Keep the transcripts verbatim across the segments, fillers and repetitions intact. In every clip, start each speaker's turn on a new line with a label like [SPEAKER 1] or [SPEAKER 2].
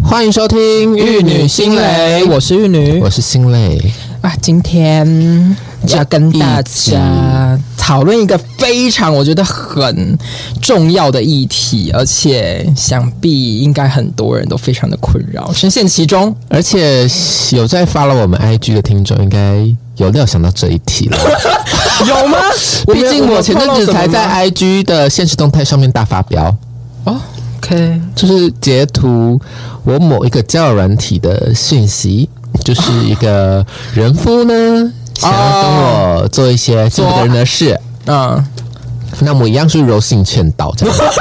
[SPEAKER 1] 欢迎收听《玉女心蕾》，
[SPEAKER 2] 我是玉女，
[SPEAKER 1] 我是心蕾
[SPEAKER 2] 啊。今天要跟大家讨论一个非常我觉得很重要的议题，而且想必应该很多人都非常的困扰，深陷其中。
[SPEAKER 1] 而且有在 follow 我们 I G 的听众，应该有料想到这一题了。
[SPEAKER 2] 有吗？
[SPEAKER 1] 毕竟我前阵子才在 I G 的限时动态上面大发飙
[SPEAKER 2] 哦。OK，
[SPEAKER 1] 就是截图我某一个交友软体的讯息，就是一个人夫呢想要跟我做一些见不得人的事，嗯，那我一样是柔性劝导这样子。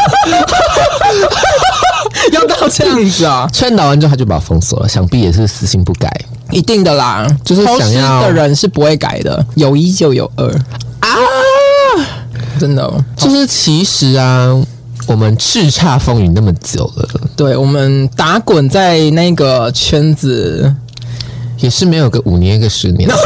[SPEAKER 2] 要到这样子啊？
[SPEAKER 1] 劝导完之后他就把我封锁了，想必也是死性不改，
[SPEAKER 2] 一定的啦，
[SPEAKER 1] 就是想要
[SPEAKER 2] 偷吃的人是不会改的，有一就有二啊，真的，
[SPEAKER 1] 就是其实啊。我们叱咤风云那么久了，
[SPEAKER 2] 对，我们打滚在那个圈子
[SPEAKER 1] 也是没有个五年一个十年，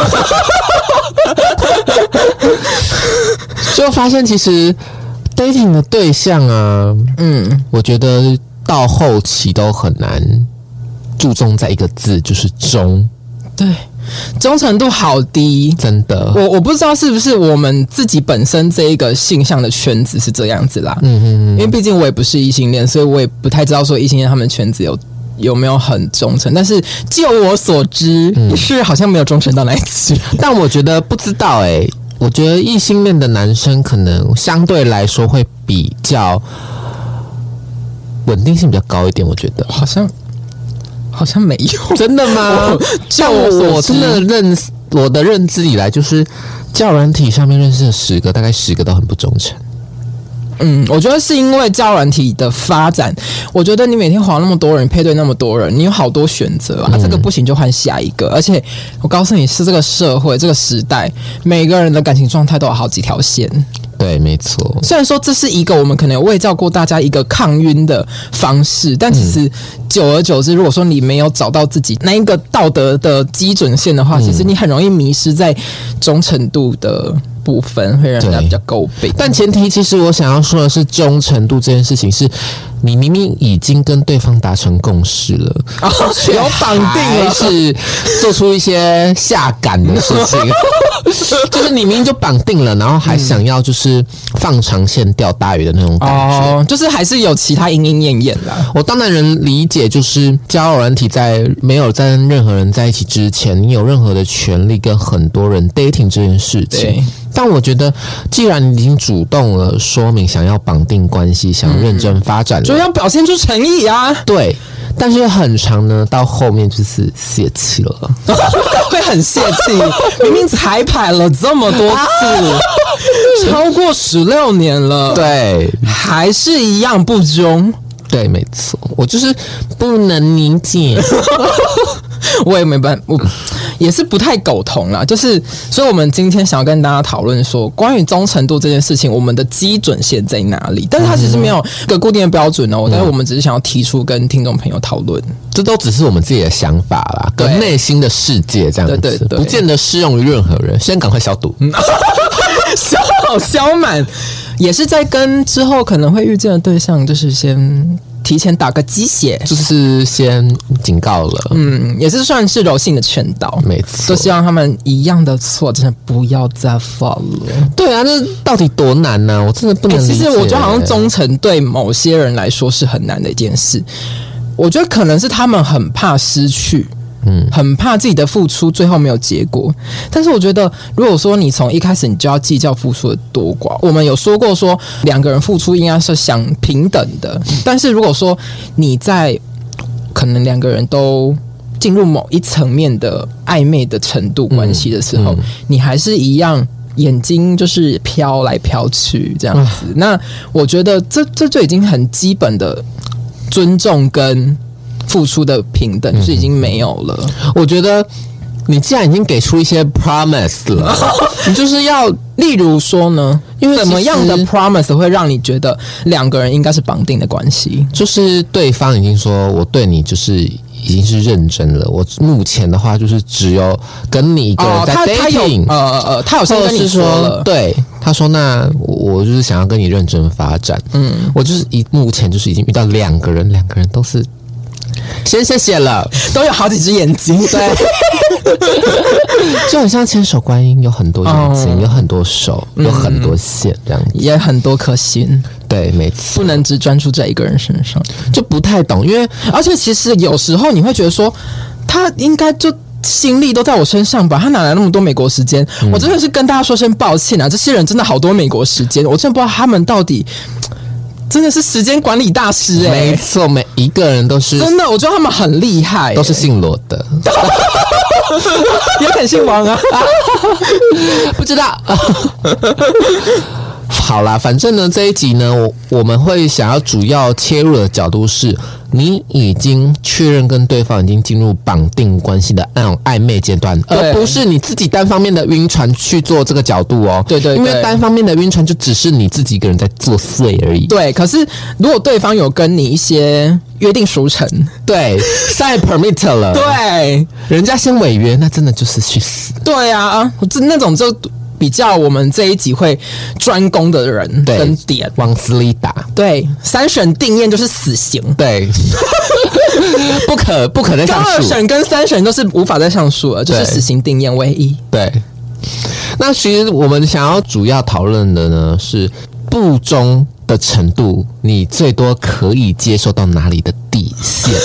[SPEAKER 1] 就发现其实 dating 的对象啊，嗯，我觉得到后期都很难注重在一个字，就是忠。
[SPEAKER 2] 对。忠诚度好低，
[SPEAKER 1] 真的。
[SPEAKER 2] 我我不知道是不是我们自己本身这一个性向的圈子是这样子啦。嗯嗯嗯。因为毕竟我也不是异性恋，所以我也不太知道说异性恋他们圈子有有没有很忠诚。但是就我所知，也、嗯、是好像没有忠诚到哪里去。
[SPEAKER 1] 但我觉得不知道哎、欸，我觉得异性恋的男生可能相对来说会比较稳定性比较高一点。我觉得
[SPEAKER 2] 好像。好像没有，
[SPEAKER 1] 真的吗？像我，我真的认我的认知以来，就是交友软体上面认识的十个，大概十个都很不忠诚。
[SPEAKER 2] 嗯，我觉得是因为交友软体的发展，我觉得你每天滑那么多人，配对那么多人，你有好多选择啊，嗯、这个不行就换下一个。而且我告诉你是这个社会这个时代，每个人的感情状态都有好几条线。
[SPEAKER 1] 对，没错。
[SPEAKER 2] 虽然说这是一个我们可能有卫教过大家一个抗晕的方式，但其实久而久之，如果说你没有找到自己那一个道德的基准线的话，嗯、其实你很容易迷失在忠诚度的部分，会让人家比较诟病。
[SPEAKER 1] 但前提其实我想要说的是，忠诚度这件事情是你明明已经跟对方达成共识了，
[SPEAKER 2] 哦、有绑定了，
[SPEAKER 1] 是做出一些下感的事情。就是你明明就绑定了，然后还想要就是放长线钓大鱼的那种感觉，
[SPEAKER 2] 哦、就是还是有其他莺莺燕燕啦。
[SPEAKER 1] 我当然能理解，就是交友软体在没有在跟任何人在一起之前，你有任何的权利跟很多人 dating 这件事情。但我觉得，既然你已经主动了，说明想要绑定关系，想要认真发展了，
[SPEAKER 2] 就要表现出诚意啊。
[SPEAKER 1] 对。但是很长呢，到后面就是泄气了，
[SPEAKER 2] 会很泄气。明明彩排了这么多次，超过十六年了，
[SPEAKER 1] 对，
[SPEAKER 2] 还是一样不忠。
[SPEAKER 1] 对，没错，我就是不能理解。
[SPEAKER 2] 我也没办法，我也是不太苟同啦。就是，所以我们今天想要跟大家讨论说，关于忠诚度这件事情，我们的基准线在哪里？但是它其实没有一个固定的标准哦。嗯、但是我们只是想要提出跟听众朋友讨论，
[SPEAKER 1] 这都只是我们自己的想法啦，跟内心的世界这样子，
[SPEAKER 2] 对对对，
[SPEAKER 1] 不见得适用于任何人。先赶快消毒，
[SPEAKER 2] 消好消满，也是在跟之后可能会遇见的对象，就是先。提前打个鸡血，
[SPEAKER 1] 就是先警告了，
[SPEAKER 2] 嗯，也是算是柔性的劝导，
[SPEAKER 1] 没错，
[SPEAKER 2] 都希望他们一样的错，真的不要再犯了。
[SPEAKER 1] 对啊，这到底多难呢、啊？我真的不能理解、欸。
[SPEAKER 2] 其实我觉得好像忠诚对某些人来说是很难的一件事，我觉得可能是他们很怕失去。嗯，很怕自己的付出最后没有结果，但是我觉得，如果说你从一开始你就要计较付出的多寡，我们有说过说两个人付出应该是相平等的，但是如果说你在可能两个人都进入某一层面的暧昧的程度关系的时候，嗯嗯、你还是一样眼睛就是飘来飘去这样子，嗯、那我觉得这这就已经很基本的尊重跟。付出的平等是已经没有了。
[SPEAKER 1] 嗯、我觉得你既然已经给出一些 promise 了，你就是要，
[SPEAKER 2] 例如说呢，因为怎么样的 promise 会让你觉得两个人应该是绑定的关系？
[SPEAKER 1] 就是对方已经说我对你就是已经是认真了，我目前的话就是只有跟你一个人在 dating，、哦、他, 他
[SPEAKER 2] 呃呃，他有先跟你说了，
[SPEAKER 1] 对，他说那我就是想要跟你认真发展，嗯，我就是以目前就是已经遇到两个人，两个人都是。 先谢谢了，
[SPEAKER 2] 都有好几只眼睛，
[SPEAKER 1] 对，就很像千手观音，有很多眼睛，哦、有很多手，有很多线，这样子、
[SPEAKER 2] 嗯、也很多颗心。
[SPEAKER 1] 对，没错，
[SPEAKER 2] 不能只专注在一个人身上，
[SPEAKER 1] 就不太懂。因为
[SPEAKER 2] 而且其实有时候你会觉得说，他应该就心力都在我身上吧，他哪来那么多美国时间？嗯、我真的是跟大家说声抱歉啊，这些人真的好多美国时间，我真的不知道他们到底。真的是时间管理大师哎、
[SPEAKER 1] 欸，没错，每一个人都是
[SPEAKER 2] 真的，我觉得他们很厉害、欸，
[SPEAKER 1] 都是姓罗的，
[SPEAKER 2] 也很姓王啊，
[SPEAKER 1] 不知道。好啦，反正呢这一集呢，我我们会想要主要切入的角度是，你已经确认跟对方已经进入绑定关系的那种暧昧阶段，而不是你自己单方面的晕船去做这个角度哦。
[SPEAKER 2] 对对对，
[SPEAKER 1] 因为单方面的晕船就只是你自己一个人在作祟而已。
[SPEAKER 2] 对，可是如果对方有跟你一些约定俗成，
[SPEAKER 1] 对，sign permit 了，
[SPEAKER 2] 对，
[SPEAKER 1] 人家先违约，那真的就是去死。
[SPEAKER 2] 对啊，这那种就。比较我们这一集会专攻的人跟点
[SPEAKER 1] 往死里打，
[SPEAKER 2] 对，三审定验就是死刑，
[SPEAKER 1] 对，不可不可再上诉，
[SPEAKER 2] 二审跟三审都是无法再上诉了，就是死刑定验唯一。
[SPEAKER 1] 对，那其实我们想要主要讨论的呢是不忠的程度，你最多可以接受到哪里的底线？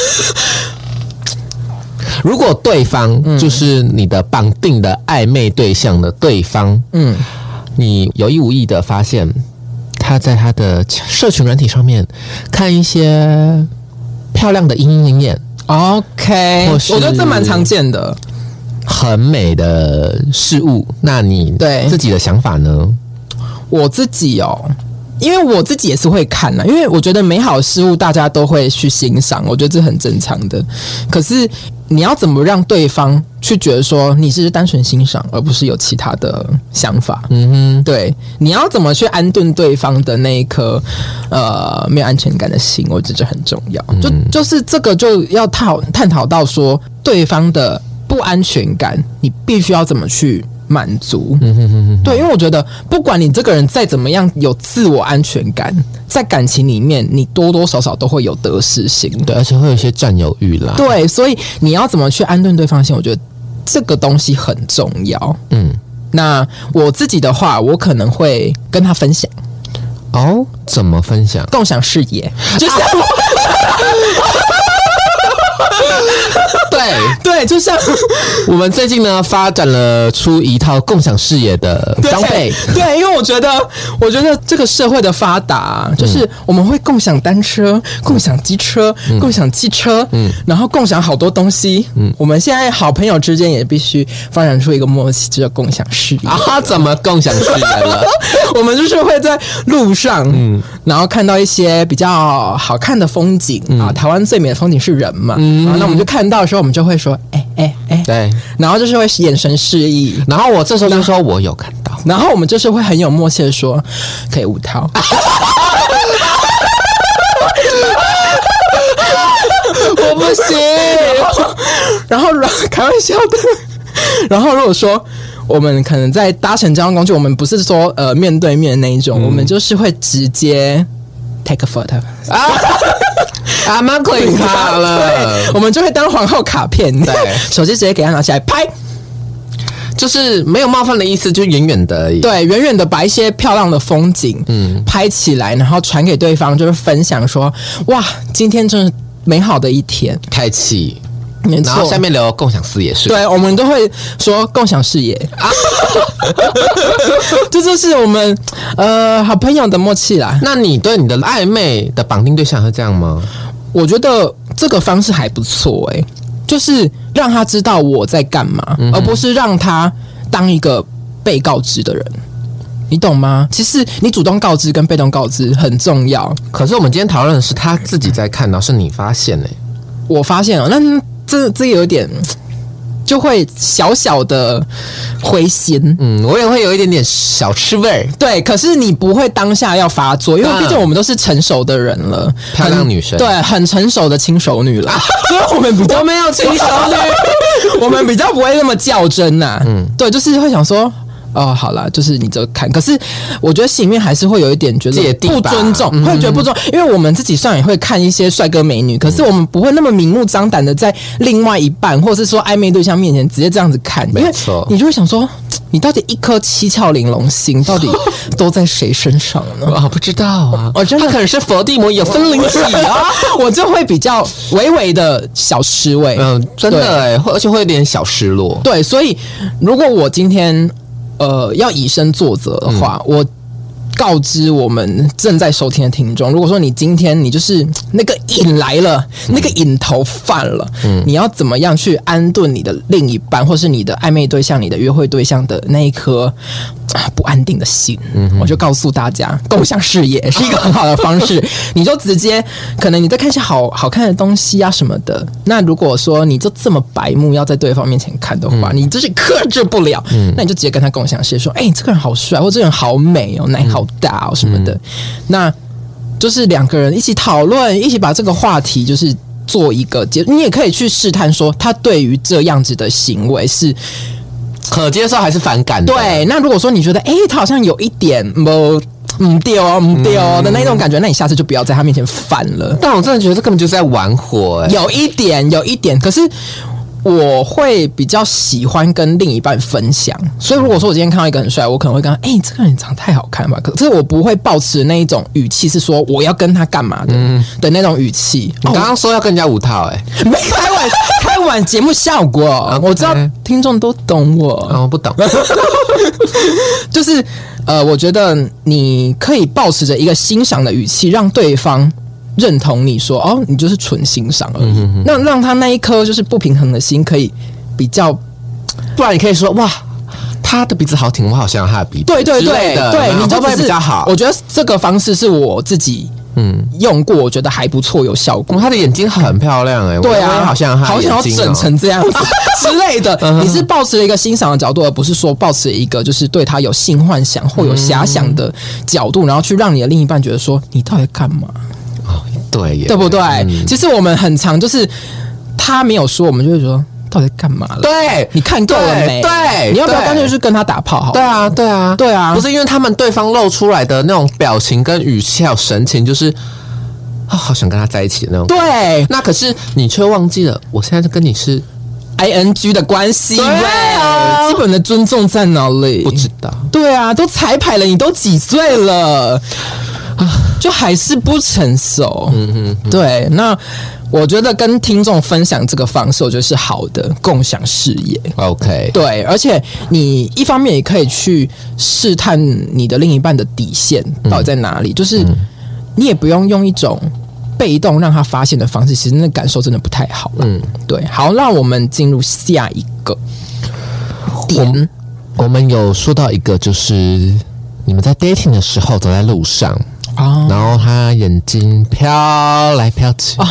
[SPEAKER 1] 如果对方就是你的绑定的暧昧对象的对方，嗯，你有意无意的发现他在他的社群软体上面看一些漂亮的莺莺燕燕
[SPEAKER 2] ，OK， 我觉得这蛮常见的，
[SPEAKER 1] 很美的事物，那你对自己的想法呢？
[SPEAKER 2] 我自己哦。因为我自己也是会看啦，因为我觉得美好的事物大家都会去欣赏，我觉得这很正常的。可是你要怎么让对方去觉得说你是单纯欣赏，而不是有其他的想法？嗯哼，对，你要怎么去安顿对方的那一颗呃没有安全感的心，我觉得这很重要。嗯、就就是这个就要讨探讨到说对方的不安全感，你必须要怎么去。满足，嗯哼哼哼，对，因为我觉得，不管你这个人再怎么样有自我安全感，在感情里面，你多多少少都会有得失心，
[SPEAKER 1] 对，而且会有一些占有欲啦。
[SPEAKER 2] 对，所以你要怎么去安顿对方心，我觉得这个东西很重要。嗯，那我自己的话，我可能会跟他分享。
[SPEAKER 1] 哦，怎么分享？
[SPEAKER 2] 共享视野，就是。
[SPEAKER 1] 对
[SPEAKER 2] 对，就像
[SPEAKER 1] 我们最近呢发展了出一套共享视野的装备。
[SPEAKER 2] 对，对，因为我觉得，我觉得这个社会的发达，就是我们会共享单车、共享机车、嗯、共享汽车，嗯，然后共享好多东西。嗯，我们现在好朋友之间也必须发展出一个默契，叫共享视野
[SPEAKER 1] 啊。怎么共享视野了？
[SPEAKER 2] 我们就是会在路上，嗯，然后看到一些比较好看的风景、嗯、啊。台湾最美的风景是人嘛，嗯，然后那我们就看到的时候，我们就会说，哎哎哎，
[SPEAKER 1] 对，
[SPEAKER 2] 然后就是会眼神示意，
[SPEAKER 1] 然后我这时候就说我有看到，
[SPEAKER 2] 然后我们就是会很有默契的说，可以五套。
[SPEAKER 1] 我不行，
[SPEAKER 2] 然后然后开玩笑的，然后如果说我们可能在搭乘交通工具，我们不是说呃面对面的那一种，嗯、我们就是会直接 take a photo 啊。
[SPEAKER 1] 啊，蛮可以卡了，
[SPEAKER 2] 我们就会当皇后卡片，对，手机直接给他拿起来拍，
[SPEAKER 1] 就是没有冒犯的意思，就远远的而已。
[SPEAKER 2] 对，远远的把一些漂亮的风景，嗯，拍起来，然后传给对方，就是分享说，哇，今天真是美好的一天，
[SPEAKER 1] 开启。然后下面留共享视野是，
[SPEAKER 2] 对，我们都会说共享视野啊，这就是我们呃好朋友的默契啦。
[SPEAKER 1] 那你对你的暧昧的绑定对象会这样吗？
[SPEAKER 2] 我觉得这个方式还不错哎、欸，就是让他知道我在干嘛，嗯、而不是让他当一个被告知的人。你懂吗？其实你主动告知跟被动告知很重要。
[SPEAKER 1] 可是我们今天讨论的是他自己在看到，是你发现哎、欸，
[SPEAKER 2] 我发现了，那。这这有点就会小小的灰心，
[SPEAKER 1] 嗯，我也会有一点点小吃味儿，
[SPEAKER 2] 对。可是你不会当下要发作，因为毕竟我们都是成熟的人了，
[SPEAKER 1] 漂亮女生，
[SPEAKER 2] 对，很成熟的轻熟女了，所以我们比较
[SPEAKER 1] 没有轻熟女，
[SPEAKER 2] 我们比较不会那么较真呐、啊，嗯，对，就是会想说。 哦，好啦，就是你这看，可是我觉得心里面还是会有一点觉得不尊重，会觉得不尊重，因为我们自己虽然也会看一些帅哥美女，可是我们不会那么明目张胆的在另外一半或是说暧昧对象面前直接这样子看，因为你就会想说，你到底一颗七窍玲珑心到底都在谁身上呢？
[SPEAKER 1] 我不知道啊，
[SPEAKER 2] 我真的
[SPEAKER 1] 他可能是佛地魔有分灵体啊，
[SPEAKER 2] 我就会比较微微的小失位，
[SPEAKER 1] 嗯，真的哎，而且会有点小失落。
[SPEAKER 2] 对，所以如果我今天呃要以身作则的话，嗯、我告知我们正在收听的听众，如果说你今天你就是那个瘾来了，嗯、那个瘾头犯了，嗯，你要怎么样去安顿你的另一半，或是你的暧昧对象、你的约会对象的那一颗不安定的心？嗯，我就告诉大家，共享视野是一个很好的方式。你就直接，可能你在看一些好好看的东西啊什么的。那如果说你就这么白目，要在对方面前看的话，嗯、你就是克制不了。嗯，那你就直接跟他共享视野，说：“哎、欸，这个人好帅，或这个人好美哦，奶好大哦什么的。嗯”那就是两个人一起讨论，一起把这个话题就是做一个结。你也可以去试探说，他对于这样子的行为是
[SPEAKER 1] 可接受还是反感的？
[SPEAKER 2] 对，那如果说你觉得，哎、欸，他好像有一点不嗯丢哦嗯丢哦的那种感觉，那你下次就不要在他面前犯了。
[SPEAKER 1] 但我真的觉得这根本就是在玩火、欸，
[SPEAKER 2] 有一点，有一点。可是我会比较喜欢跟另一半分享，所以如果说我今天看到一个很帅，我可能会跟他，哎、欸，这个人长得太好看吧。可是我不会抱持那一种语气，是说我要跟他干嘛的、嗯、的那种语气。
[SPEAKER 1] 你刚刚说要跟人家五套、欸，哎，
[SPEAKER 2] 没开完开完节目效果， okay. 我知道听众都懂我，
[SPEAKER 1] 我、哦、不懂，
[SPEAKER 2] 就是呃，我觉得你可以抱持着一个欣赏的语气，让对方认同你说，哦，你就是纯欣赏而已。嗯、哼哼那让他那一颗就是不平衡的心可以比较，
[SPEAKER 1] 不然你可以说哇，他的鼻子好挺，我好想要他的鼻子。
[SPEAKER 2] 对对对对，你就
[SPEAKER 1] 会比较好。
[SPEAKER 2] 我觉得这个方式是我自己嗯用过，我觉得还不错，有效果。
[SPEAKER 1] 哦、他的眼睛很漂亮哎、欸，
[SPEAKER 2] 对啊，
[SPEAKER 1] 我也好像
[SPEAKER 2] 好想要整成这样子之类的。嗯、你是抱持了一个欣赏的角度，而不是说抱持一个就是对他有性幻想或有遐想的角度，嗯、然后去让你的另一半觉得说你到底干嘛？
[SPEAKER 1] 哦，对耶，
[SPEAKER 2] 对不对？嗯、其实我们很常就是他没有说，我们就会说到底干嘛了？
[SPEAKER 1] 对，
[SPEAKER 2] 你看够了没？
[SPEAKER 1] 对，
[SPEAKER 2] 你要不要干脆去跟他打炮好了？
[SPEAKER 1] 对啊，对啊，
[SPEAKER 2] 对啊，
[SPEAKER 1] 不是因为他们对方露出来的那种表情跟语气还有神情，就是啊、哦，好想跟他在一起的那种。
[SPEAKER 2] 对，
[SPEAKER 1] 那可是你却忘记了，我现在就跟你是
[SPEAKER 2] I N G 的关系，
[SPEAKER 1] 对啊，
[SPEAKER 2] 基本的尊重在哪里？
[SPEAKER 1] 不知道。
[SPEAKER 2] 对啊，都彩排了，你都几岁了？就还是不成熟，嗯哼哼，对。那我觉得跟听众分享这个方式，我觉得是好的，共享视野。
[SPEAKER 1] OK，
[SPEAKER 2] 对，而且你一方面也可以去试探你的另一半的底线到底在哪里，嗯、就是你也不用用一种被动让他发现的方式，其实那感受真的不太好了。嗯，对。好，让我们进入下一个点。
[SPEAKER 1] 我, 我们有说到一个，就是你们在 dating 的时候走在路上。Oh. 然后他眼睛飘来飘去啊，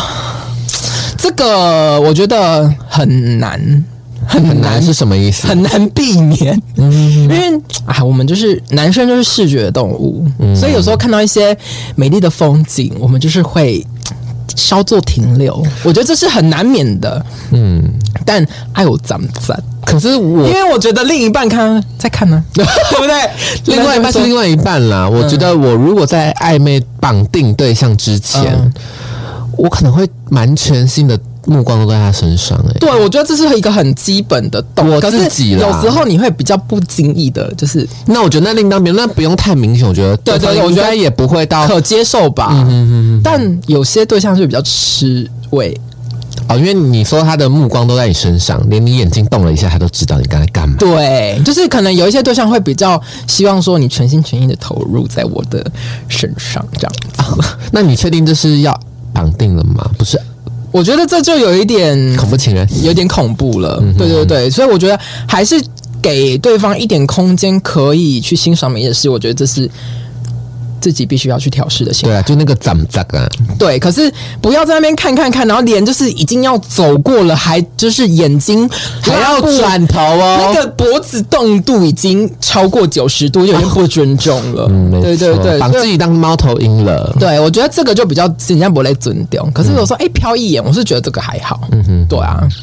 [SPEAKER 2] oh. 这个我觉得很难，很难,
[SPEAKER 1] 很难是什么意思？
[SPEAKER 2] 很难避免，嗯，因为啊，我们就是男生就是视觉动物，嗯，所以有时候看到一些美丽的风景，我们就是会稍作停留。我觉得这是很难免的，嗯，但爱我赞不赞？
[SPEAKER 1] 可是我，
[SPEAKER 2] 因为我觉得另一半看在看呢、啊，对不对？
[SPEAKER 1] 另外一半是另外一半啦。我觉得我如果在暧昧绑定对象之前，嗯、我可能会蛮全心的目光都在他身上、欸。哎，
[SPEAKER 2] 对，我觉得这是一个很基本的动作。
[SPEAKER 1] 我自己啦，
[SPEAKER 2] 有时候你会比较不经意的，就是
[SPEAKER 1] 那我觉得那另当别论，那不用太明显。我觉得
[SPEAKER 2] 对对对，我觉得
[SPEAKER 1] 也不会到
[SPEAKER 2] 可接受吧。嗯嗯嗯。但有些对象就比较吃味。
[SPEAKER 1] 哦，因为你说他的目光都在你身上，连你眼睛动了一下，他都知道你刚才干嘛。
[SPEAKER 2] 对，就是可能有一些对象会比较希望说你全心全意的投入在我的身上，这样子。
[SPEAKER 1] 啊、那你确定这是要绑定了吗？不是，
[SPEAKER 2] 我觉得这就有一点
[SPEAKER 1] 恐怖情人，
[SPEAKER 2] 有点恐怖了。嗯、对对对，所以我觉得还是给对方一点空间，可以去欣赏美的事。我觉得这是自己必须要去调试的心态。
[SPEAKER 1] 对啊，就那个长长啊。
[SPEAKER 2] 对，可是不要在那边看看看，然后脸就是已经要走过了，还就是眼睛
[SPEAKER 1] 还要转头哦，
[SPEAKER 2] 那个脖子动度已经超过九十度，有点不尊重了。嗯，对对对，
[SPEAKER 1] 把自己当猫头鹰了。
[SPEAKER 2] 对，我觉得这个就比较人家不会尊重。可是有时候哎，瞟、欸、一眼，我是觉得这个还好。嗯哼，对啊。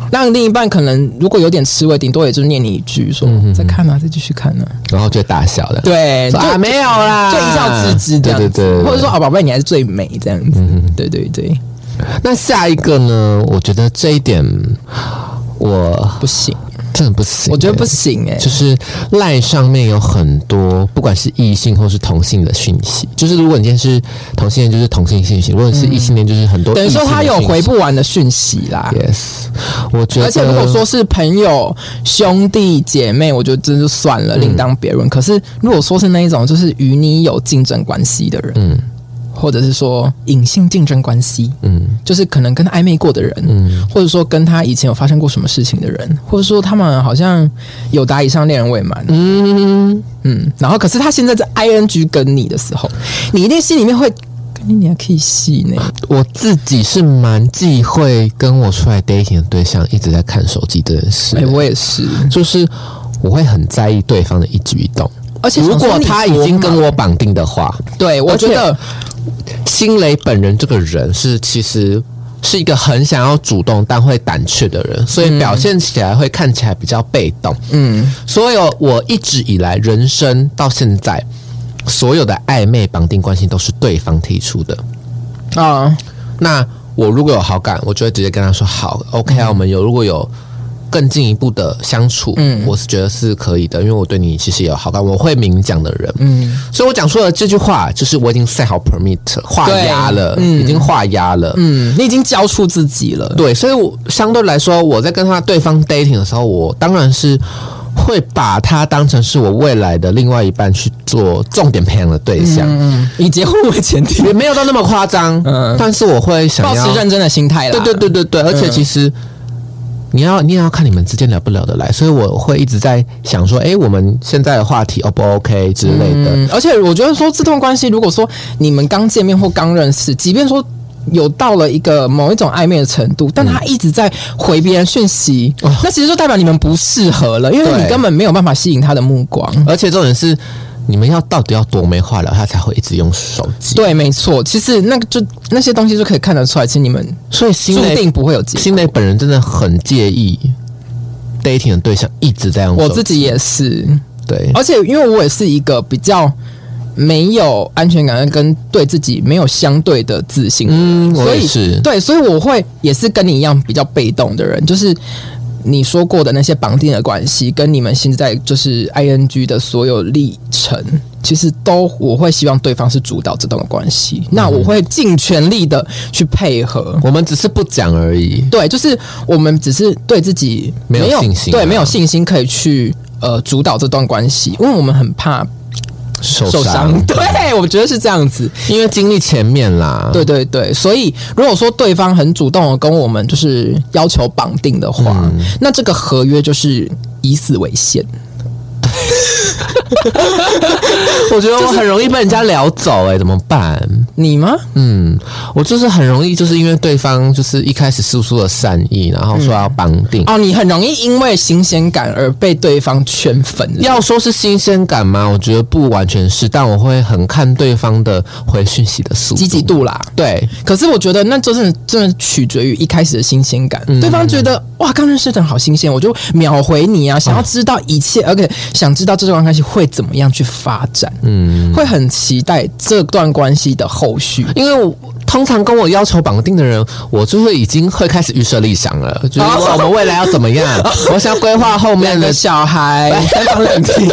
[SPEAKER 2] 让另一半可能如果有点吃味，顶多也就是念你一句说、嗯、再看啊，再继续看啊，
[SPEAKER 1] 然后就大笑的，
[SPEAKER 2] 对，就
[SPEAKER 1] 啊没有啦，
[SPEAKER 2] 就一笑置之这样子，
[SPEAKER 1] 对对对，
[SPEAKER 2] 或者说啊宝贝你还是最美这样子，嗯、对对对。
[SPEAKER 1] 那下一个呢？我觉得这一点我
[SPEAKER 2] 不行。
[SPEAKER 1] 真的不行、欸，
[SPEAKER 2] 我觉得不行哎、欸，
[SPEAKER 1] 就是 LINE 上面有很多，不管是异性或是同性的讯息。就是如果你今天是同性恋，就是同性讯息；如果你是异性恋，就是很多异性的讯息。
[SPEAKER 2] 等于说他有回不完的讯息啦。
[SPEAKER 1] Yes， 我觉得，
[SPEAKER 2] 而且如果说是朋友、兄弟姐妹，我觉得这就算了，另当别论、嗯。可是如果说是那一种，就是与你有竞争关系的人，嗯。或者是说隐性竞争关系，嗯，就是可能跟他暧昧过的人，嗯，或者说跟他以前有发生过什么事情的人，或者说他们好像有达以上恋人未满，嗯嗯，然后可是他现在在 I N G 跟你的时候，你一定心里面会跟你你还可以戏呢。
[SPEAKER 1] 我自己是蛮忌讳跟我出来 dating 的对象一直在看手机这件事，
[SPEAKER 2] 哎、欸，我也是，
[SPEAKER 1] 就是我会很在意对方的一举一动，
[SPEAKER 2] 而且
[SPEAKER 1] 如果他已经跟我绑定的话，
[SPEAKER 2] 对我觉得。
[SPEAKER 1] 新蕾本人这个人是其实是一个很想要主动但会胆怯的人，所以表现起来会看起来比较被动。嗯，所有我一直以来人生到现在所有的暧昧绑定关系都是对方提出的啊。那我如果有好感，我就会直接跟他说好 ，OK 啊，我们有如果有。更进一步的相处，嗯，我是觉得是可以的，因为我对你其实也有好感，我会明讲的人，嗯，所以我讲出了这句话，就是我已经 set 好 permit 画押了，嗯，已经画押了，
[SPEAKER 2] 嗯，你已经交出自己了，
[SPEAKER 1] 对，所以我相对来说，我在跟他对方 dating 的时候，我当然是会把他当成是我未来的另外一半去做重点培养的对象，
[SPEAKER 2] 嗯，以结婚为前提，
[SPEAKER 1] 也没有到那么夸张，嗯，但是我会想要
[SPEAKER 2] 保持认真的心态啦，
[SPEAKER 1] 对对对对对，而且其实。嗯你要你也要看你们之间聊不聊得来，所以我会一直在想说，哎、欸，我们现在的话题 O 不 OK 之类的、嗯。
[SPEAKER 2] 而且我觉得说这段关系，如果说你们刚见面或刚认识，即便说有到了一个某一种暧昧的程度，但他一直在回别人讯息、嗯，那其实就代表你们不适合了，因为你根本没有办法吸引他的目光。
[SPEAKER 1] 而且重点是。你们要到底要多没话聊，他才会一直用手机？
[SPEAKER 2] 对，没错。其实那个就那些东西就可以看得出来，其实你们
[SPEAKER 1] 所以注
[SPEAKER 2] 定不会有结果。
[SPEAKER 1] 新蕾本人真的很介意 dating 的对象一直在用手机。
[SPEAKER 2] 我自己也是，
[SPEAKER 1] 对。
[SPEAKER 2] 而且因为我也是一个比较没有安全感跟对自己没有相对的自信的人，
[SPEAKER 1] 嗯，我也是。
[SPEAKER 2] 对，所以我会也是跟你一样比较被动的人，就是。你说过的那些绑定的关系，跟你们现在就是 I N G 的所有历程，其实都我会希望对方是主导这段关系、嗯，那我会尽全力的去配合。
[SPEAKER 1] 我们只是不讲而已。
[SPEAKER 2] 对，就是我们只是对自己
[SPEAKER 1] 没有信心、啊，
[SPEAKER 2] 对，没有信心可以去呃主导这段关系，因为我们很怕。
[SPEAKER 1] 受
[SPEAKER 2] 伤，对，我觉得是这样子，
[SPEAKER 1] 因为经历前面啦，
[SPEAKER 2] 对对对，所以如果说对方很主动的跟我们就是要求绑定的话，嗯、那这个合约就是以死为限。
[SPEAKER 1] 我觉得我很容易被人家聊走、欸，哎，怎么办？
[SPEAKER 2] 你吗？
[SPEAKER 1] 嗯，我就是很容易，就是因为对方就是一开始输出了善意，然后说要绑定、
[SPEAKER 2] 嗯、哦，你很容易因为新鲜感而被对方圈粉。
[SPEAKER 1] 要说是新鲜感吗？我觉得不完全是，但我会很看对方的回讯息的速度、
[SPEAKER 2] 积极度啦。
[SPEAKER 1] 对，
[SPEAKER 2] 可是我觉得那就是真的取决于一开始的新鲜感。嗯、对方觉得哇，刚认识的人好新鲜，我就秒回你啊，想要知道一切，而且想知道这段关系会怎么样去发展，嗯，会很期待这段关系的后续。
[SPEAKER 1] 因为我通常跟我要求绑定的人，我就会已经会开始预设立想了，就是我们未来要怎么样，我想要规划后面的
[SPEAKER 2] 小孩三房两厅，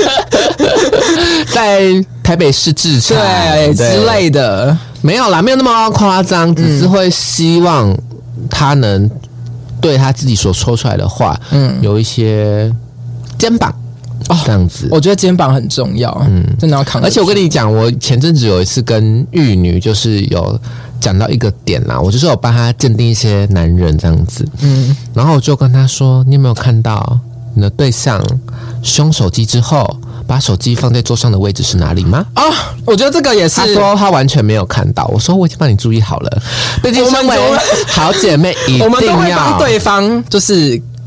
[SPEAKER 1] 在台北市置产
[SPEAKER 2] 对之类的，
[SPEAKER 1] 没有啦，没有那么夸张，只是会希望他能对他自己所说出来的话，嗯，有一些肩膀。哦，这样子，
[SPEAKER 2] 我觉得肩膀很重要，嗯，真的要扛。
[SPEAKER 1] 而且我跟你讲，我前阵子有一次跟玉女，就是有讲到一个点啦，我就是有帮她鉴定一些男人这样子，嗯，然后我就跟她说，你有没有看到你的对象使用手机之后，把手机放在桌上的位置是哪里吗？
[SPEAKER 2] 啊、哦，我觉得这个也是。
[SPEAKER 1] 她说她完全没有看到，我说我已经帮你注意好了。毕竟身为好姐妹，一定要
[SPEAKER 2] 我们都会帮对方就是。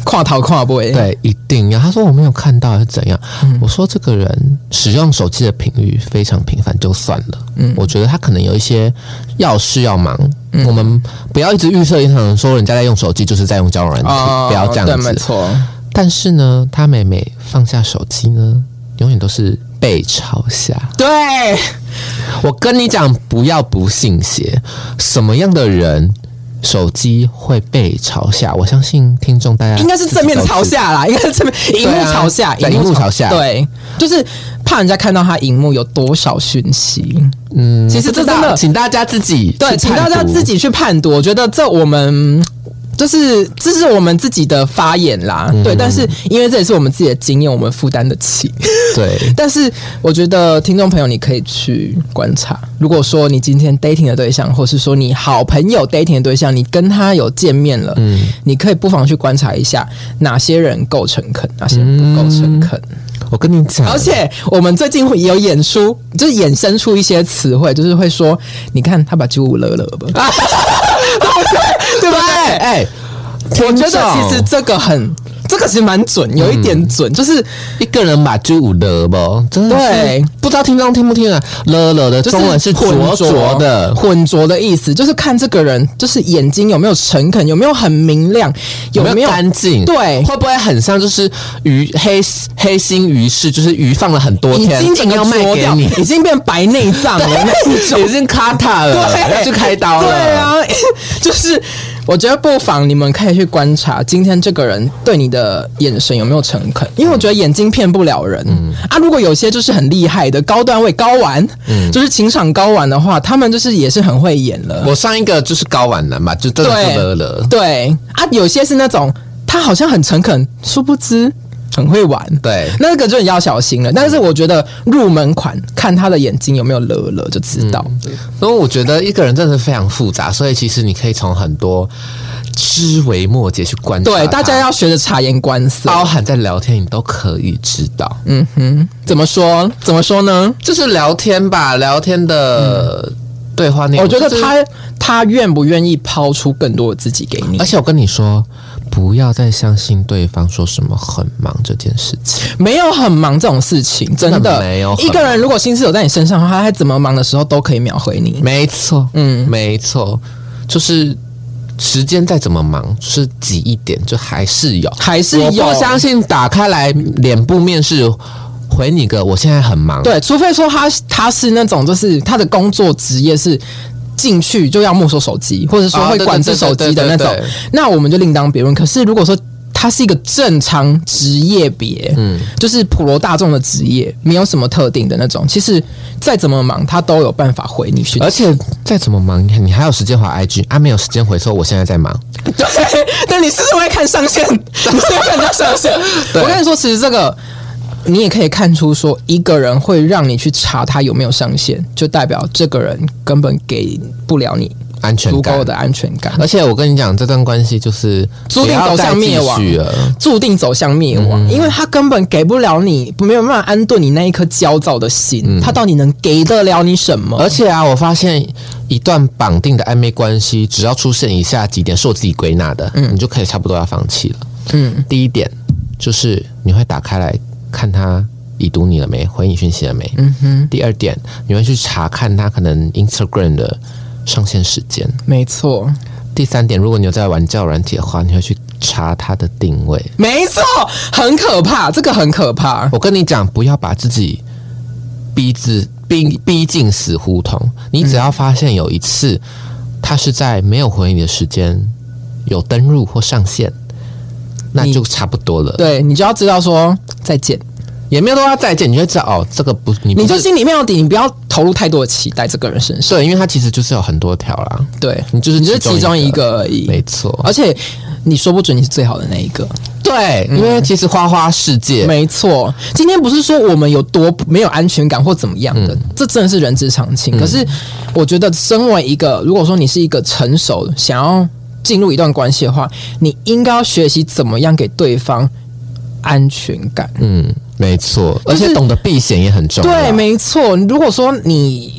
[SPEAKER 2] 跨头跨背，
[SPEAKER 1] 对，一定要。他说我没有看到是怎样、嗯、我说这个人使用手机的频率非常频繁就算了，嗯，我觉得他可能有一些要事要忙、嗯、我们不要一直预设一场说人家在用手机就是在用交友软体、哦、不要这样子，
[SPEAKER 2] 对，没错。
[SPEAKER 1] 但是呢他每每放下手机呢永远都是背朝下。
[SPEAKER 2] 对，
[SPEAKER 1] 我跟你讲，不要不信邪，什么样的人手机会背朝下？我相信听众大家
[SPEAKER 2] 应该是正面朝下啦，应该是正面荧幕朝下，
[SPEAKER 1] 荧幕朝下，
[SPEAKER 2] 对，就是怕人家看到他荧幕有多少讯息。嗯，其实这真的，
[SPEAKER 1] 请大家自己
[SPEAKER 2] 对，请大家自己去判读。我觉得这我们。就是这是我们自己的发言啦、嗯，对，但是因为这也是我们自己的经验，我们负担得起，
[SPEAKER 1] 对。
[SPEAKER 2] 但是我觉得听众朋友，你可以去观察，如果说你今天 dating 的对象，或是说你好朋友 dating 的对象，你跟他有见面了，嗯，你可以不妨去观察一下哪些人够诚恳，哪些人不够诚恳。嗯，
[SPEAKER 1] 我跟你讲，
[SPEAKER 2] 而且我们最近也有演出，就是衍生出一些词汇，就是会说，你看他把九五勒了吧。对不对？哎、欸，我觉得其实这个很，这个其实蛮准，有一点准，嗯、就是
[SPEAKER 1] 一个人把就五了不，真的是不知道听众听不听啊？了了的中文是浊浊的，
[SPEAKER 2] 浑浊的意思，就是看这个人，就是眼睛有没有诚恳，有没有很明亮，有没有
[SPEAKER 1] 干净，
[SPEAKER 2] 对，
[SPEAKER 1] 会不会很像就是鱼黑黑心鱼市，就是鱼放了很多天，
[SPEAKER 2] 已经整个灼掉，已经变白内障了，那种
[SPEAKER 1] 已经卡塔了，要去开刀了，
[SPEAKER 2] 对啊，就是。我觉得不妨你们可以去观察今天这个人对你的眼神有没有诚恳，因为我觉得眼睛骗不了人、嗯、啊。如果有些就是很厉害的高段位高玩、嗯，就是情场高玩的话，他们就是也是很会演了。
[SPEAKER 1] 我上一个就是高玩男嘛，就真的是了了。
[SPEAKER 2] 对啊，有些是那种他好像很诚恳，殊不知。很会玩，
[SPEAKER 1] 对，
[SPEAKER 2] 那个就你要小心了。但是我觉得入门款看他的眼睛有没有勒勒就知道。
[SPEAKER 1] 嗯、因为我觉得一个人真的非常复杂，所以其实你可以从很多枝微末节去观察。
[SPEAKER 2] 对，大家要学着察言观色，
[SPEAKER 1] 包含在聊天你都可以知道。
[SPEAKER 2] 嗯哼，怎么说？怎么说呢？
[SPEAKER 1] 就是聊天吧，聊天的对话内容。
[SPEAKER 2] 我觉得他他愿不愿意抛出更多的自己给你？
[SPEAKER 1] 而且我跟你说。不要再相信对方说什么很忙这件事情，
[SPEAKER 2] 没有很忙这种事情，真的, 真的
[SPEAKER 1] 没有。
[SPEAKER 2] 一个人如果心思有在你身上，他在怎么忙的时候都可以秒回你。
[SPEAKER 1] 没错，嗯，没错，就是时间再怎么忙，就是挤一点，就还是有，
[SPEAKER 2] 还是有。
[SPEAKER 1] 我不相信打开来脸部面试。回你个，我现在很忙。
[SPEAKER 2] 对，除非说他他是那种，就是他的工作职业是。进去就要没收手机，或者说会管制手机的那种，那我们就另当别论。可是如果说他是一个正常职业别，嗯，就是普罗大众的职业，没有什么特定的那种，其实再怎么忙，他都有办法回你讯息。
[SPEAKER 1] 而且再怎么忙，你看你还有时间滑 I G 啊，没有时间回说我现在在忙。
[SPEAKER 2] 对，但你是不是会看上线？你是会看到上线？我跟你说，其实这个。你也可以看出说一个人会让你去查他有没有上线，就代表这个人根本给不了你
[SPEAKER 1] 安全感，
[SPEAKER 2] 足够的安全感。
[SPEAKER 1] 而且我跟你讲，这段关系就是
[SPEAKER 2] 注定走向灭亡，注定走向灭亡、嗯，因为他根本给不了你，没有办法安顿你那一颗焦躁的心、嗯。他到底能给得了你什么？
[SPEAKER 1] 而且啊，我发现一段绑定的暧昧关系，只要出现以下几点是我自己归纳的，嗯，你就可以差不多要放弃了。嗯，第一点就是你会打开来。看他已读你了没，回你讯息了没？嗯哼。第二点，你会去查看他可能 Instagram 的上线时间。
[SPEAKER 2] 没错。
[SPEAKER 1] 第三点，如果你有在玩交友软体的话，你会去查他的定位。
[SPEAKER 2] 没错，很可怕，这个很可怕。
[SPEAKER 1] 我跟你讲，不要把自己逼自逼逼进死胡同。你只要发现有一次他是在没有回你的时间有登入或上线。那就差不多了，
[SPEAKER 2] 对，你就要知道说再见，
[SPEAKER 1] 也没有说要再见，你就知道哦，这个不，你不
[SPEAKER 2] 你就心里面有底，你不要投入太多的期待这个人身上，
[SPEAKER 1] 对，因为他其实就是有很多条啦，
[SPEAKER 2] 对，
[SPEAKER 1] 你就是
[SPEAKER 2] 你就是其中一个而已，
[SPEAKER 1] 没错，
[SPEAKER 2] 而且你说不准你是最好的那一个，
[SPEAKER 1] 对，因为其实花花世界，
[SPEAKER 2] 嗯、没错，今天不是说我们有多没有安全感或怎么样的，嗯、这真的是人之常情、嗯。可是我觉得，身为一个，如果说你是一个成熟想要。进入一段关系的话，你应该要学习怎么样给对方安全感。嗯，
[SPEAKER 1] 没错，而且懂得避嫌也很重要。
[SPEAKER 2] 对，没错。如果说你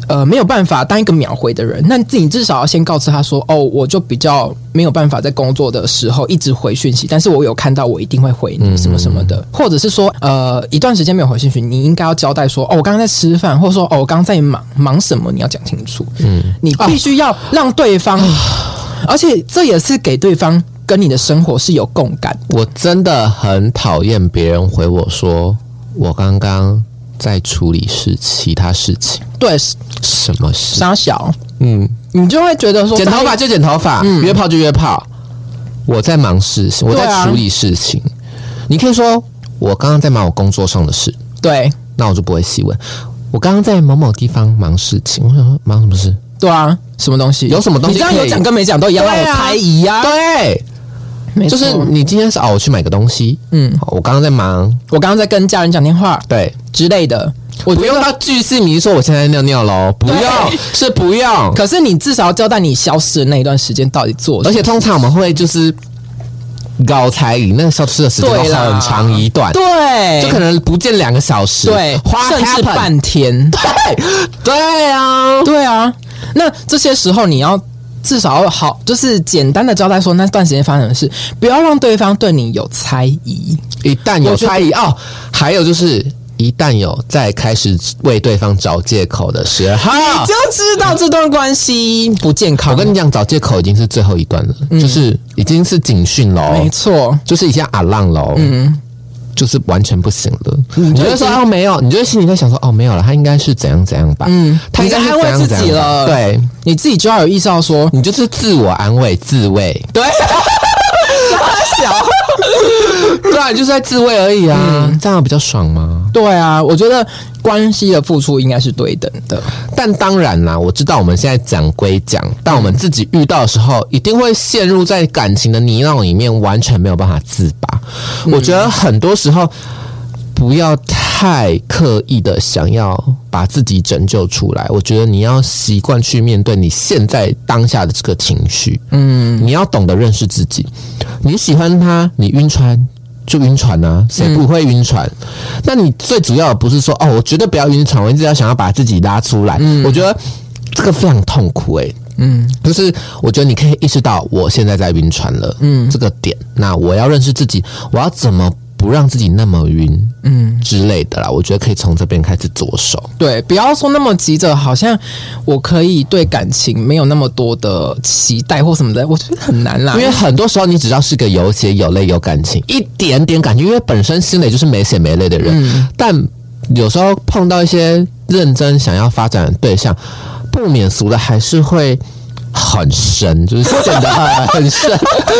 [SPEAKER 2] 呃没有办法当一个秒回的人，那你至少要先告知他说，哦，我就比较没有办法在工作的时候一直回讯息，但是我有看到我一定会回你什么什么的，嗯、或者是说呃一段时间没有回讯息，你应该要交代说，哦，我刚刚在吃饭，或者说哦我刚刚在忙忙什么，你要讲清楚，嗯，你必须要让对方，哦、而且这也是给对方跟你的生活是有共感。
[SPEAKER 1] 我真的很讨厌别人回我说我刚刚在处理事其他事情。
[SPEAKER 2] 对，
[SPEAKER 1] 什么事？
[SPEAKER 2] 傻小。
[SPEAKER 1] 嗯，
[SPEAKER 2] 你就会觉得说，
[SPEAKER 1] 剪头发就剪头发，嗯、约炮就约炮。我在忙事情，我在处理事情。啊、你可以说我刚刚在忙我工作上的事，
[SPEAKER 2] 对，
[SPEAKER 1] 那我就不会细问。我刚刚在某某地方忙事情，我想说忙什么事？
[SPEAKER 2] 对啊，什么东西？
[SPEAKER 1] 有什么东西？
[SPEAKER 2] 你这样有讲跟没讲都一样，让我猜疑呀。
[SPEAKER 1] 对。就是你今天是哦，我去买个东西，嗯，我刚刚在忙，
[SPEAKER 2] 我刚刚在跟家人讲电话，
[SPEAKER 1] 对
[SPEAKER 2] 之类的，
[SPEAKER 1] 我不用到巨细靡说我现在尿尿咯，不用，是不用。
[SPEAKER 2] 可是你至少要交代你消失的那一段时间到底做什么，
[SPEAKER 1] 而且通常我们会就是高猜疑，那个消失的时间都很长一段，
[SPEAKER 2] 对，
[SPEAKER 1] 就可能不见两个小时，
[SPEAKER 2] 对，甚至半天，
[SPEAKER 1] 对，对啊，
[SPEAKER 2] 对啊。那这些时候你要。至少要好，就是简单的交代说那段时间发生的事，不要让对方对你有猜疑。
[SPEAKER 1] 一旦有猜疑哦，还有就是一旦有在开始为对方找借口的时候，
[SPEAKER 2] 你就知道这段关系不健康。
[SPEAKER 1] 我跟你讲，找借口已经是最后一段了，嗯、就是已经是警讯喽，
[SPEAKER 2] 没错，
[SPEAKER 1] 就是已经阿浪喽，嗯。就是完全不行了，你就会说哦没有，你就会心里在想说哦没有了，他应该是怎样怎样吧，嗯，
[SPEAKER 2] 他应该是安慰自己了，
[SPEAKER 1] 对，
[SPEAKER 2] 你自己就要有意识到说，
[SPEAKER 1] 你就是自我安慰自慰，
[SPEAKER 2] 对，傻小，
[SPEAKER 1] 对啊，就是在自慰而已啊，嗯、这样比较爽吗？
[SPEAKER 2] 对啊，我觉得关系的付出应该是对等的，
[SPEAKER 1] 但当然啦，我知道我们现在讲归讲，但我们自己遇到的时候，一定会陷入在感情的泥淖里面，完全没有办法自拔。嗯、我觉得很多时候不要太刻意的想要把自己拯救出来，我觉得你要习惯去面对你现在当下的这个情绪，嗯，你要懂得认识自己。你喜欢他，你晕船就晕船啊，谁不会晕船？嗯、那你最主要的不是说哦，我绝对不要晕船，我一直要想要把自己拉出来。嗯、我觉得这个非常痛苦诶、欸。嗯，就是我觉得你可以意识到我现在在晕船了，嗯，这个点，那我要认识自己，我要怎么不让自己那么晕，嗯之类的啦。我觉得可以从这边开始着手。
[SPEAKER 2] 对，不要说那么急着，好像我可以对感情没有那么多的期待或什么的，我觉得很难啦。
[SPEAKER 1] 因为很多时候你只要是个有血有泪有感情，一点点感情，因为本身心里就是没血没泪的人，嗯、但有时候碰到一些认真想要发展的对象，不免俗的还是会很深，就是陷得很深。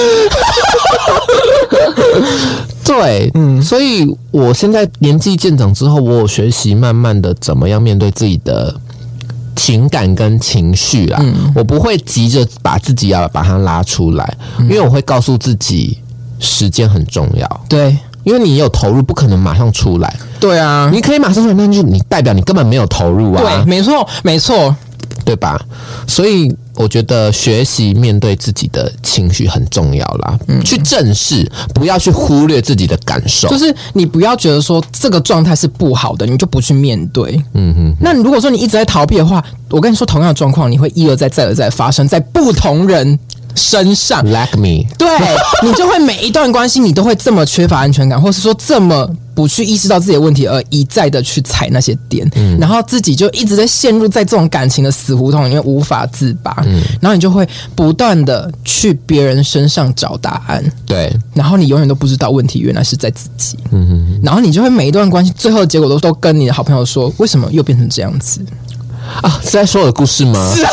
[SPEAKER 1] 对，嗯，所以我现在年纪渐长之后，我有学习慢慢的怎么样面对自己的情感跟情绪啦。嗯、我不会急着把自己要把它拉出来，嗯、因为我会告诉自己时间很重要。
[SPEAKER 2] 对。
[SPEAKER 1] 因为你有投入，不可能马上出来。
[SPEAKER 2] 对啊，
[SPEAKER 1] 你可以马上出来，那就你代表你根本没有投入啊。
[SPEAKER 2] 对，没错，没错，
[SPEAKER 1] 对吧？所以我觉得学习面对自己的情绪很重要啦，嗯、去正视，不要去忽略自己的感受。
[SPEAKER 2] 就是你不要觉得说这个状态是不好的，你就不去面对。嗯哼。那如果说你一直在逃避的话，我跟你说，同样的状况你会一而再、再而再发生在不同人身上
[SPEAKER 1] ，like me，
[SPEAKER 2] 对你就会每一段关系你都会这么缺乏安全感，或是说这么不去意识到自己的问题，而一再的去踩那些点，嗯、然后自己就一直在陷入在这种感情的死胡同里面无法自拔，嗯、然后你就会不断的去别人身上找答案，
[SPEAKER 1] 对，
[SPEAKER 2] 然后你永远都不知道问题原来是在自己，嗯哼，然后你就会每一段关系最后的结果都都跟你的好朋友说，为什么又变成这样子
[SPEAKER 1] 啊？是在说我的故事吗？是啊。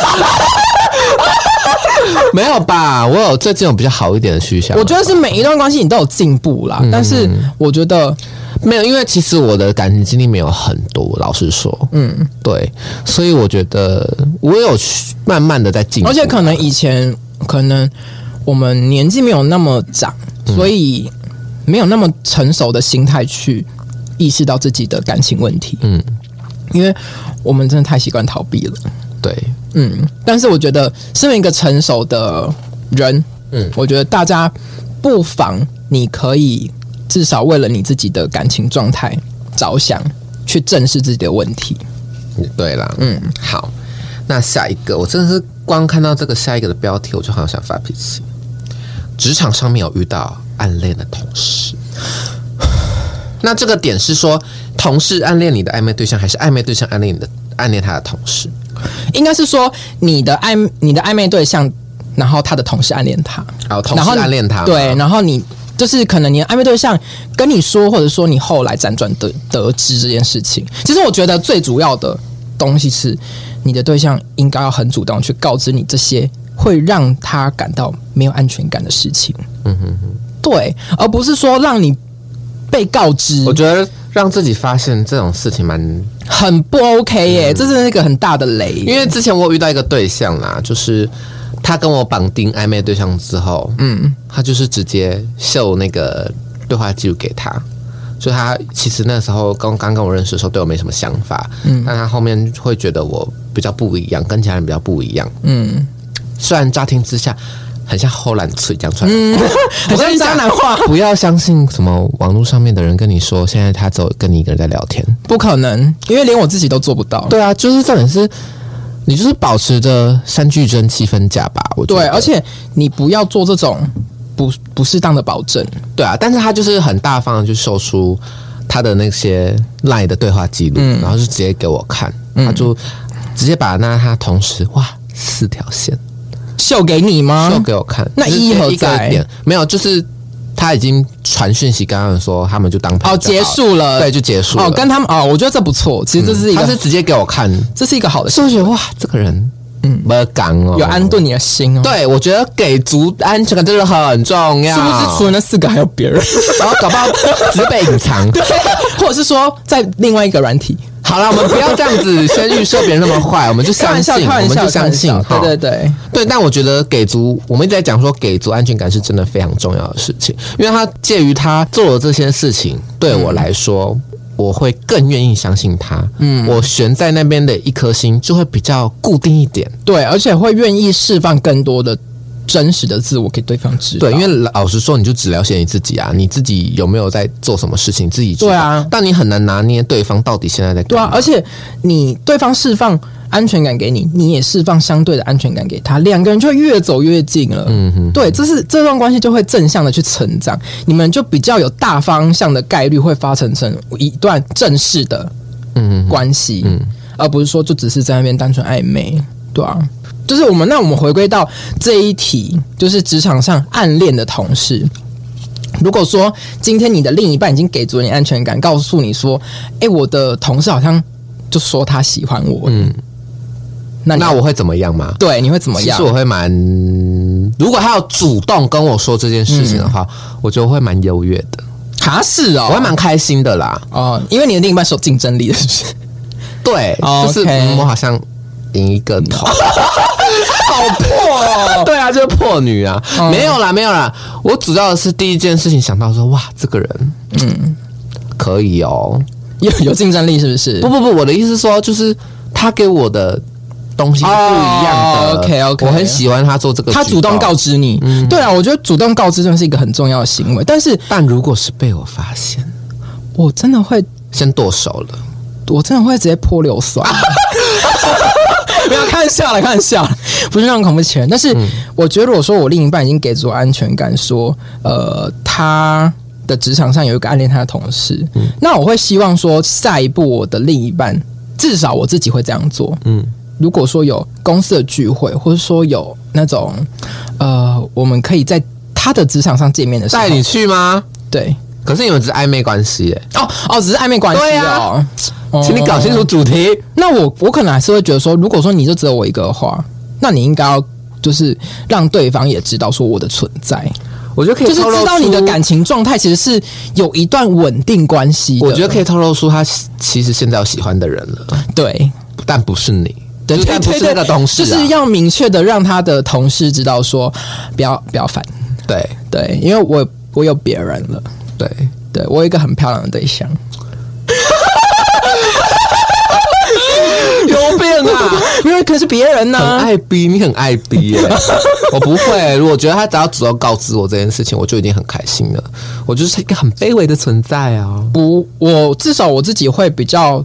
[SPEAKER 1] 没有吧，我有最近有比较好一点的趋向。
[SPEAKER 2] 我觉得是每一段关系你都有进步啦，嗯、但是我觉得
[SPEAKER 1] 没有，因为其实我的感情经历没有很多，老实说，嗯，对，所以我觉得我有慢慢的在进步，
[SPEAKER 2] 而且可能以前可能我们年纪没有那么长，嗯、所以没有那么成熟的心态去意识到自己的感情问题，嗯，因为我们真的太习惯逃避了，
[SPEAKER 1] 对。
[SPEAKER 2] 嗯，但是我觉得身为一个成熟的人，嗯，我觉得大家不妨你可以至少为了你自己的感情状态着想，去正视自己的问题。
[SPEAKER 1] 对啦，嗯，好， 那下一个，我真的是光看到这个下一个的标题，我就好想发脾气。职场上面有遇到暗恋的同事，那这个点是说，同事暗恋你的暧昧对象，还是暧昧对象暗恋你的暗恋他的同事？
[SPEAKER 2] 应该是说你的暧你的暧昧对象，然后他的同事暗恋他，
[SPEAKER 1] 哦，同事暗恋他，
[SPEAKER 2] 对，然后你就是可能你的暧昧对象跟你说，或者说你后来辗转得得知这件事情。其实我觉得最主要的东西是，你的对象应该要很主动去告知你这些会让他感到没有安全感的事情。嗯哼哼，对，而不是说让你被告知。
[SPEAKER 1] 我觉得让自己发现这种事情蛮
[SPEAKER 2] 很不 OK 耶、欸嗯，这是一个很大的雷。
[SPEAKER 1] 因为之前我有遇到一个对象啦，就是他跟我绑定暧昧对象之后，嗯，他就是直接秀那个对话记录给他，所以他其实那时候刚刚跟我认识的时候对我没什么想法，嗯，但他后面会觉得我比较不一样，跟其他人比较不一样，嗯，虽然乍听之下很像后懒嘴这样出来，嗯，
[SPEAKER 2] 很像渣男话。
[SPEAKER 1] 不要相信什么网络上面的人跟你说，现在他只有跟你一个人在聊天，
[SPEAKER 2] 不可能，因为连我自己都做不到。
[SPEAKER 1] 对啊，就是重点是，你就是保持着三句真七分假吧。我觉得
[SPEAKER 2] 对，而且你不要做这种不不适当的保证。
[SPEAKER 1] 对啊，但是他就是很大方的去秀出他的那些 LINE 的对话记录，嗯，然后就直接给我看，嗯，他就直接把那他同时哇四条线。
[SPEAKER 2] 秀给你吗？
[SPEAKER 1] 秀给我看，
[SPEAKER 2] 那意义何在？
[SPEAKER 1] 没有，就是他已经传讯息，刚刚说他们就当朋友
[SPEAKER 2] 哦，结束了，
[SPEAKER 1] 对，就结束了。
[SPEAKER 2] 哦，跟他们哦，我觉得这不错。其实这是一个，
[SPEAKER 1] 嗯，他是直接给我看，
[SPEAKER 2] 这是一个好的事。
[SPEAKER 1] 所以我觉得哇，这个人嗯，没港哦，
[SPEAKER 2] 有安顿你的心哦。
[SPEAKER 1] 对，我觉得给足安全感真的很重要。
[SPEAKER 2] 是不是除了那四个还有别人？
[SPEAKER 1] 然后搞不好只是被隐藏，
[SPEAKER 2] 对，或者是说在另外一个软体。
[SPEAKER 1] 好了，我们不要这样子先预设别人那么坏，我们就相信，我们就相信，
[SPEAKER 2] 对对对
[SPEAKER 1] 对。但我觉得给足，我们一直在讲说给足安全感是真的非常重要的事情，因为他介于他做了这些事情，对我来说，嗯，我会更愿意相信他。嗯，我悬在那边的一颗心就会比较固定一点，
[SPEAKER 2] 对，而且会愿意释放更多的真实的自我给对方知道。
[SPEAKER 1] 对，因为老实说，你就只了解你自己啊，你自己有没有在做什么事情，自己知道。
[SPEAKER 2] 对啊，
[SPEAKER 1] 但你很难拿捏对方到底现在在干嘛。
[SPEAKER 2] 对啊，而且你对方释放安全感给你，你也释放相对的安全感给他，两个人就会越走越近了。嗯哼，对，这是这段关系就会正向的去成长，你们就比较有大方向的概率会发展成一段正式的嗯关系，嗯，而不是说就只是在那边单纯暧昧。对啊。就是我们，那我们回归到这一题，就是职场上暗恋的同事。如果说今天你的另一半已经给足你安全感，告诉你说：“哎、欸，我的同事好像就说他喜欢我。”嗯，
[SPEAKER 1] 那那我会怎么样吗？
[SPEAKER 2] 对，你会怎么样？
[SPEAKER 1] 其实我会蛮，如果他要主动跟我说这件事情的话，嗯，我觉得会蛮优越的。
[SPEAKER 2] 哈，是哦，
[SPEAKER 1] 我会蛮开心的啦。
[SPEAKER 2] 哦，因为你的另一半是有竞争力的，是不是？
[SPEAKER 1] 对，哦，就是、嗯、我好像赢一个头。好破哦！对啊，就是破女啊、嗯！没有啦，没有啦。我主要的是第一件事情想到说，哇，这个人，嗯，可以哦，
[SPEAKER 2] 有有竞争力是不是？
[SPEAKER 1] 不不不，我的意思是说，就是他给我的东西是不一样的。
[SPEAKER 2] 哦、OK OK，
[SPEAKER 1] 我很喜欢他做这个，
[SPEAKER 2] 他主动告知你。嗯，对啊，我觉得主动告知真的是一个很重要的行为。但是，
[SPEAKER 1] 但如果是被我发现，
[SPEAKER 2] 我真的会
[SPEAKER 1] 先剁手了，
[SPEAKER 2] 我真的会直接泼硫酸。不要开玩笑了，开玩笑，不是那种恐怖情人。但是我觉得，如果说我另一半已经给足安全感，说呃他的职场上有一个暗恋他的同事，嗯，那我会希望说下一步我的另一半至少我自己会这样做。嗯，如果说有公司的聚会，或者说有那种呃我们可以在他的职场上见面的时候，
[SPEAKER 1] 带你去吗？
[SPEAKER 2] 对。
[SPEAKER 1] 可是你们只是暧昧关系耶。
[SPEAKER 2] 哦哦，只是暧昧关系哦。
[SPEAKER 1] 啊，请你搞清楚主题。
[SPEAKER 2] 那我我可能还是会觉得说，如果说你就只有我一个的话，那你应该要就是让对方也知道说我的存在。
[SPEAKER 1] 我觉得可以透露出，
[SPEAKER 2] 就是知道你的感情状态其实是有一段稳定关系的。
[SPEAKER 1] 我觉得可以透露出他其实现在有喜欢的人了。
[SPEAKER 2] 对，
[SPEAKER 1] 但不是你。
[SPEAKER 2] 对对对，
[SPEAKER 1] 不是那个同事，啊，
[SPEAKER 2] 就是要明确的让他的同事知道说，不要不要烦。
[SPEAKER 1] 对
[SPEAKER 2] 对，因为我我有别人了。
[SPEAKER 1] 对
[SPEAKER 2] 对，我有一个很漂亮的对象。
[SPEAKER 1] 有病啊！
[SPEAKER 2] 因为可是别人呢，
[SPEAKER 1] 很爱逼，你很爱逼耶，欸。我不会，如果觉得他只要主动告知我这件事情，我就已经很开心了。我就是一个很卑微的存在啊。
[SPEAKER 2] 不，我至少我自己会比较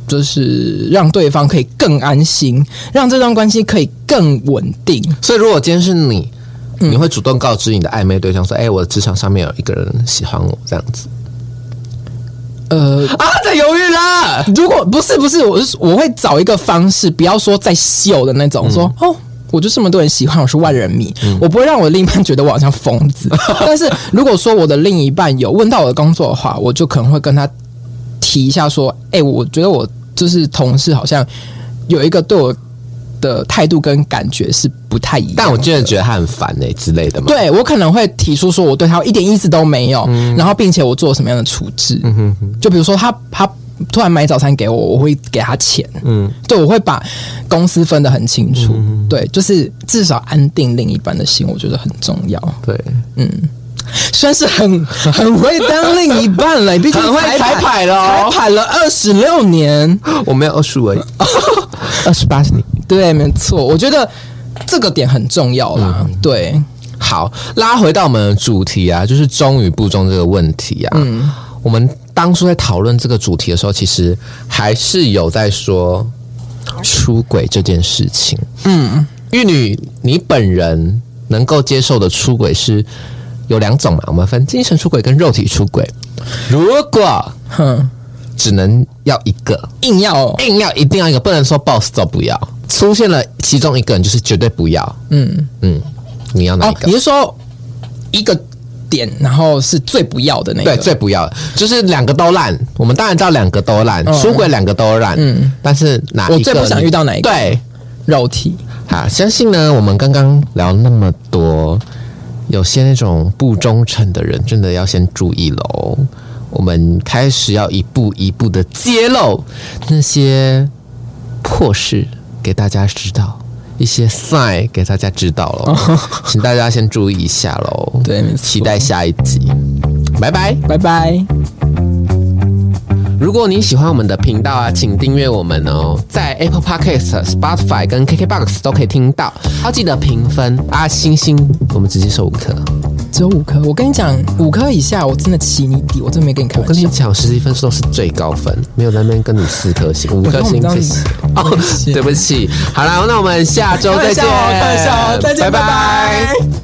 [SPEAKER 2] 就是让对方可以更安心，让这段关系可以更稳定。
[SPEAKER 1] 所以如果今天是你，你会主动告知你的暧昧对象说：“哎、欸，我的职场上面有一个人喜欢我，这样子。”
[SPEAKER 2] 呃
[SPEAKER 1] 啊，在犹豫啦。
[SPEAKER 2] 如果不是不是，我是我会找一个方式，不要说在秀的那种，嗯、说哦。我就这么多人喜欢，我是万人迷，嗯、我不会让我的另一半觉得我好像疯子。但是如果说我的另一半有问到我的工作的话，我就可能会跟他提一下说：“哎、欸，我觉得我就是同事，好像有一个对我的态度跟感觉是不太一样。”
[SPEAKER 1] 但我真的觉得他很烦哎、欸、之类的嘛。
[SPEAKER 2] 对，我可能会提出说我对他一点意思都没有，嗯、然后并且我做什么样的处置。嗯哼哼，就比如说他他。突然买早餐给我，我会给他钱。嗯，对，我会把公司分得很清楚。嗯、对，就是至少安定另一半的心，我觉得很重要。
[SPEAKER 1] 对，
[SPEAKER 2] 嗯，算是很很会当另一半了，毕竟
[SPEAKER 1] 很会彩排了、
[SPEAKER 2] 哦，彩排了二十六年，
[SPEAKER 1] 我没有二十五而已，二十八是你。
[SPEAKER 2] 对，没错，我觉得这个点很重要啦。嗯、对，
[SPEAKER 1] 好，拉回到我们的主题啊，就是忠与不忠这个问题啊。嗯，我们当初在讨论这个主题的时候，其实还是有在说出轨这件事情。嗯，玉女，你本人能够接受的出轨是有两种嘛？我们分精神出轨跟肉体出轨。如果哼只能要一个，
[SPEAKER 2] 硬要
[SPEAKER 1] 硬要一定要一个，不能说 boss 都不要。出现了其中一个人，就是绝对不要。嗯嗯，你要哪一个？
[SPEAKER 2] 哦、你是说一个？点，然后是最不要的那个，
[SPEAKER 1] 对，最不要的就是两个都烂。我们当然知道两个都烂，嗯、出轨两个都烂，嗯，但是哪一个
[SPEAKER 2] 我最不想遇到哪一个？
[SPEAKER 1] 对，
[SPEAKER 2] 肉体。
[SPEAKER 1] 好，相信呢，我们刚刚聊那么多，有些那种不忠诚的人，真的要先注意喽。我们开始要一步一步的揭露那些破事给大家知道。一些 sign 给大家知道了，请大家先注意一下喽。
[SPEAKER 2] 对，
[SPEAKER 1] 期待下一集，拜拜，
[SPEAKER 2] 拜拜。
[SPEAKER 1] 如果你喜欢我们的频道啊，请订阅我们哦，在 Apple Podcast、Spotify 跟 K K Box 都可以听到。要记得评分啊，星星我们直接收五颗，
[SPEAKER 2] 只有五颗。我跟你讲，五颗以下我真的起你底，我真的没跟你开玩笑。
[SPEAKER 1] 我跟你讲，实际分数都是最高分，没有在那边跟你四颗星、五颗星，谢谢。哦，对不起。好啦，那我们下周再见，
[SPEAKER 2] 开玩笑，再见，拜拜。拜拜。